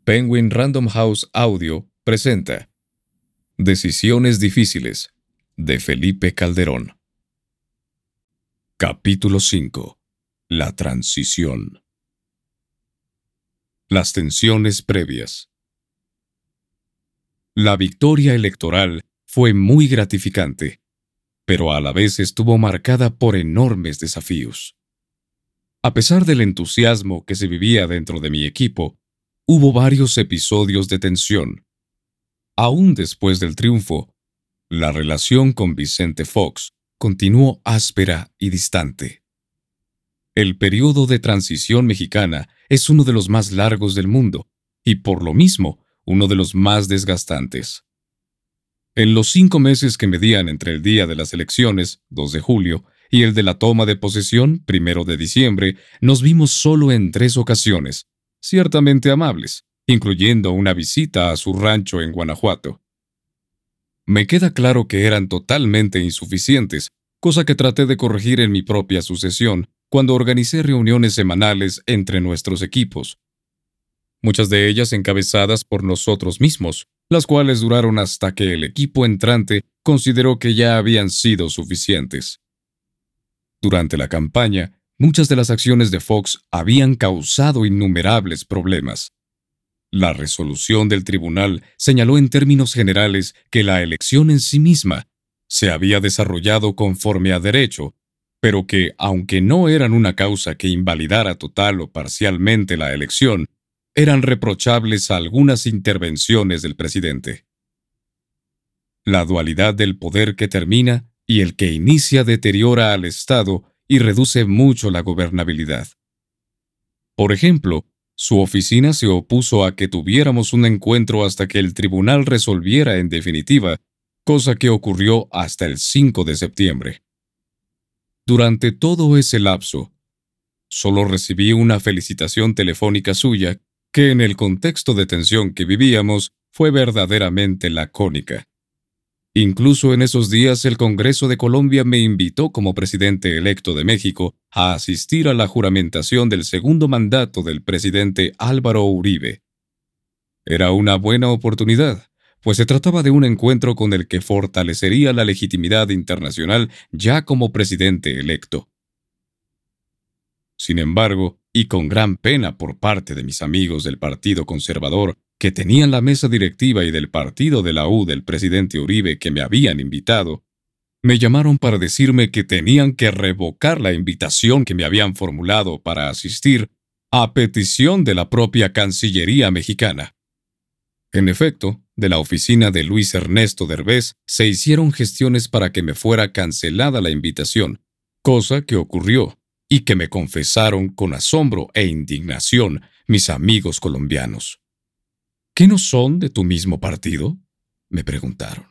Penguin Random House Audio presenta Decisiones difíciles, de Felipe Calderón. Capítulo 5. La transición. Las tensiones previas. La victoria electoral fue muy gratificante, pero a la vez estuvo marcada por enormes desafíos. A pesar del entusiasmo que se vivía dentro de mi equipo, hubo varios episodios de tensión. Aún después del triunfo, la relación con Vicente Fox continuó áspera y distante. El periodo de transición mexicana es uno de los más largos del mundo y, por lo mismo, uno de los más desgastantes. En los 5 meses que medían entre el día de las elecciones, 2 de julio, y el de la toma de posesión, 1 de diciembre, nos vimos solo en 3 ocasiones, ciertamente amables, incluyendo una visita a su rancho en Guanajuato. Me queda claro que eran totalmente insuficientes, cosa que traté de corregir en mi propia sucesión cuando organicé reuniones semanales entre nuestros equipos, muchas de ellas encabezadas por nosotros mismos, las cuales duraron hasta que el equipo entrante consideró que ya habían sido suficientes. Durante la campaña, muchas de las acciones de Fox habían causado innumerables problemas. La resolución del tribunal señaló en términos generales que la elección en sí misma se había desarrollado conforme a derecho, pero que, aunque no eran una causa que invalidara total o parcialmente la elección, eran reprochables a algunas intervenciones del presidente. La dualidad del poder que termina y el que inicia deteriora al Estado y reduce mucho la gobernabilidad. Por ejemplo, su oficina se opuso a que tuviéramos un encuentro hasta que el tribunal resolviera en definitiva, cosa que ocurrió hasta el 5 de septiembre. Durante todo ese lapso, solo recibí una felicitación telefónica suya que en el contexto de tensión que vivíamos fue verdaderamente lacónica. Incluso en esos días el Congreso de Colombia me invitó como presidente electo de México a asistir a la juramentación del segundo mandato del presidente Álvaro Uribe. Era una buena oportunidad, pues se trataba de un encuentro con el que fortalecería la legitimidad internacional ya como presidente electo. Sin embargo, y con gran pena por parte de mis amigos del Partido Conservador, que tenían la mesa directiva y del partido de la U del presidente Uribe que me habían invitado, me llamaron para decirme que tenían que revocar la invitación que me habían formulado para asistir a petición de la propia Cancillería mexicana. En efecto, de la oficina de Luis Ernesto Derbez se hicieron gestiones para que me fuera cancelada la invitación, cosa que ocurrió y que me confesaron con asombro e indignación mis amigos colombianos. ¿Qué no son de tu mismo partido?, me preguntaron.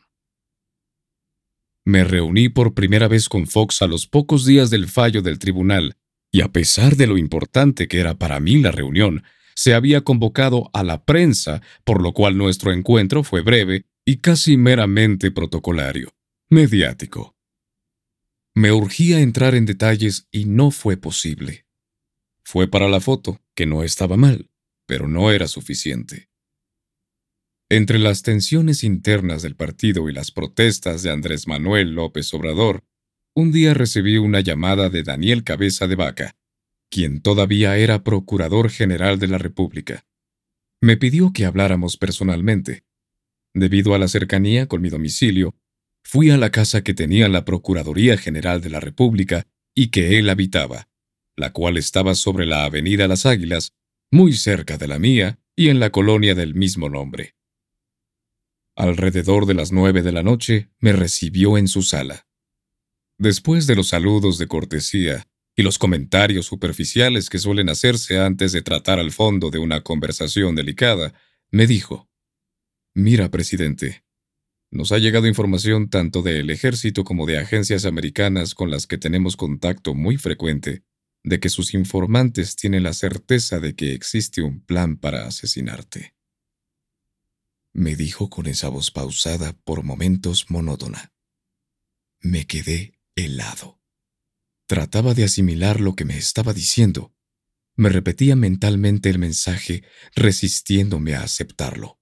Me reuní por primera vez con Fox a los pocos días del fallo del tribunal, y a pesar de lo importante que era para mí la reunión, se había convocado a la prensa, por lo cual nuestro encuentro fue breve y casi meramente protocolario, mediático. Me urgía entrar en detalles y no fue posible. Fue para la foto, que no estaba mal, pero no era suficiente. Entre las tensiones internas del partido y las protestas de Andrés Manuel López Obrador, un día recibí una llamada de Daniel Cabeza de Vaca, quien todavía era Procurador General de la República. Me pidió que habláramos personalmente. Debido a la cercanía con mi domicilio, fui a la casa que tenía la Procuraduría General de la República y que él habitaba, la cual estaba sobre la Avenida Las Águilas, muy cerca de la mía y en la colonia del mismo nombre. Alrededor de las 9 de la noche me recibió en su sala. Después de los saludos de cortesía y los comentarios superficiales que suelen hacerse antes de tratar al fondo de una conversación delicada, me dijo: «Mira, presidente, nos ha llegado información tanto del ejército como de agencias americanas con las que tenemos contacto muy frecuente, de que sus informantes tienen la certeza de que existe un plan para asesinarte». Me dijo con esa voz pausada, por momentos monótona. Me quedé helado. Trataba de asimilar lo que me estaba diciendo, Me repetía mentalmente el mensaje, resistiéndome a aceptarlo.